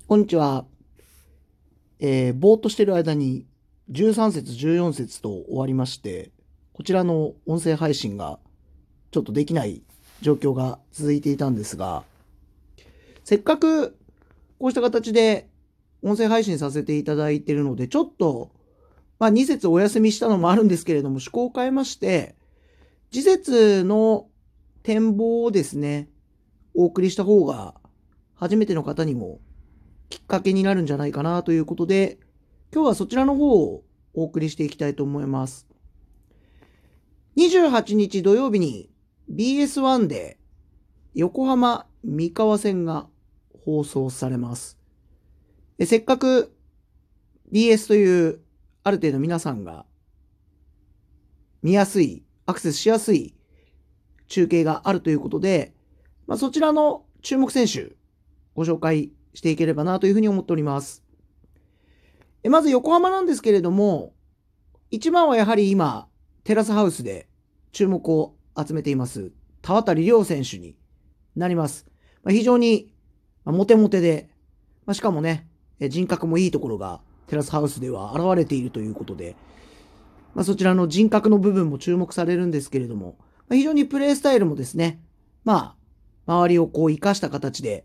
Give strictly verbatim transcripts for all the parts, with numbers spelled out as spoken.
こんにちは。えー、ぼーっとしてる間にじゅうさん節、じゅうよん節と終わりまして、こちらの音声配信がちょっとできない状況が続いていたんですが、せっかくこうした形で音声配信させていただいているので、ちょっと、まあ、に節お休みしたのもあるんですけれども、趣向を変えまして、次節の展望をですね、お送りした方が、初めての方にもきっかけになるんじゃないかなということで、今日はそちらの方をお送りしていきたいと思います。にじゅうはちにち土曜日に ビーエスワン で横浜三河線が放送されます。せっかく ビーエス というある程度皆さんが見やすい、アクセスしやすい中継があるということで、まあ、そちらの注目選手ご紹介していければなというふうに思っております。まず横浜なんですけれども、一番はやはり今、テラスハウスで注目を集めています、田渡亮選手になります。まあ、非常にモテモテで、まあ、しかもね、人格もいいところがテラスハウスでは現れているということで、まあ、そちらの人格の部分も注目されるんですけれども、まあ、非常にプレースタイルもですね、まあ、周りをこう生かした形で、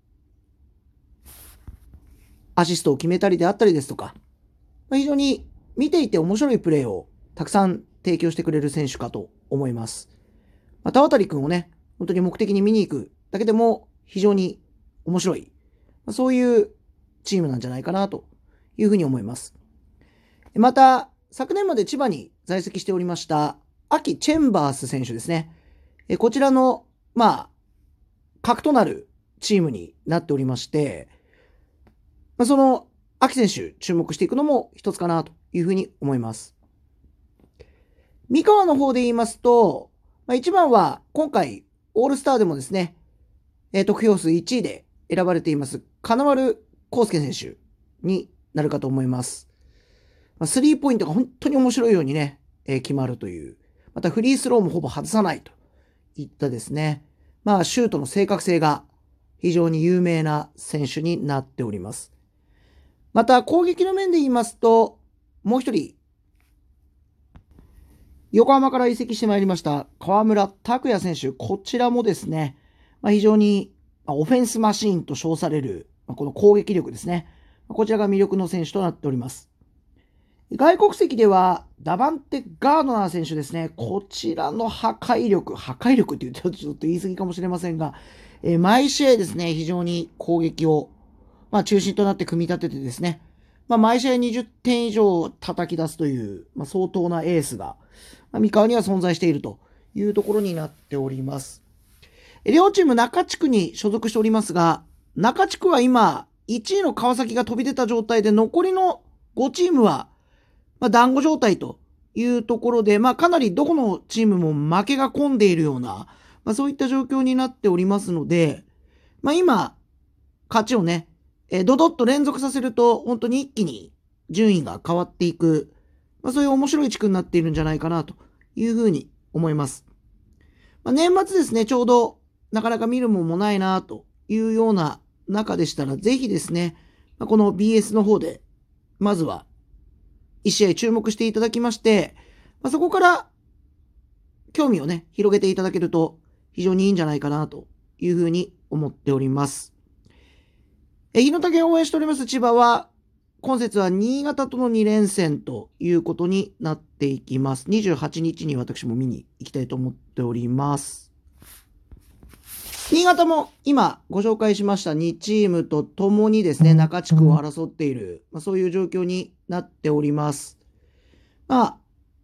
アシストを決めたりであったりですとか、まあ、非常に見ていて面白いプレーをたくさん提供してくれる選手かと思います。まあ、田渡君をね、本当に目的に見に行くだけでも非常に面白い、まあ、そういうチームなんじゃないかなというふうに思います。また、昨年まで千葉に在籍しておりました、秋チェンバース選手ですね。えこちらの、まあ、核となるチームになっておりまして、まあ、その秋選手注目していくのも一つかなというふうに思います。三河の方で言いますと、まあ、一番は今回オールスターでもですね、えー、得票数いちいで選ばれています金丸康介選手になるかと思います。まあ、スリーポイントが本当に面白いようにね、えー、決まるという、またフリースローもほぼ外さないといったですね、まあシュートの正確性が非常に有名な選手になっております。また攻撃の面で言いますと、もう一人、横浜から移籍してまいりました河村拓也選手、こちらもですね、まあ、非常にオフェンスマシーンと称される、まあ、この攻撃力ですね、こちらが魅力の選手となっております。外国籍ではダバンテ・ガードナー選手ですね、こちらの破壊力、破壊力って言うとちょっと言い過ぎかもしれませんが、えー、毎試合ですね、非常に攻撃を、まあ、中心となって組み立ててですね、まあ、毎試合にじゅってん以上叩き出すという、まあ、相当なエースが、まあ、三河には存在しているというところになっております。両チーム中地区に所属しておりますが、中地区は今、いちいの川崎が飛び出た状態で、残りのごチームは、まあ、団子状態というところで、まあ、かなりどこのチームも負けが込んでいるような、まあ、そういった状況になっておりますので、まあ、今、勝ちをね、えー、ドドッと連続させると、本当に一気に順位が変わっていく、まあ、そういう面白い地区になっているんじゃないかなというふうに思います。まあ、年末ですね、ちょうどなかなか見るもんもないなというような中でしたら、ぜひですね、まあ、この ビーエス の方で、まずはいち試合注目していただきまして、まあ、そこから興味をね、広げていただけると非常にいいんじゃないかなというふうに思っております。え、日の竹を応援しております千葉は、今節は新潟とのに連戦ということになっていきます。にじゅうはちにちに私も見に行きたいと思っております。新潟も今ご紹介しましたにチームとともにですね、中地区を争っている、まあ、そういう状況になっております。まあ、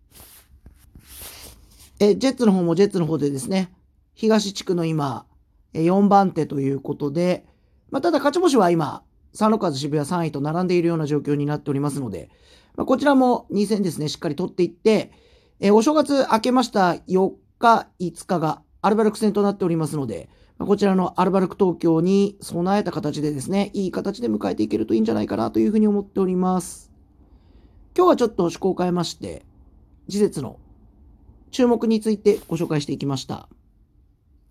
え、ジェッツの方もジェッツの方でですね、東地区の今、よんばん手ということで、まあ、ただ勝ち星は今、サンロッカーズ渋谷さんいと並んでいるような状況になっておりますので、まあ、こちらもに戦ですね、しっかり取っていって、えー、お正月明けましたよっか、いつかがアルバルク戦となっておりますので、まあ、こちらのアルバルク東京に備えた形でですね、いい形で迎えていけるといいんじゃないかなというふうに思っております。今日はちょっと趣向を変えまして、次節の注目についてご紹介していきました。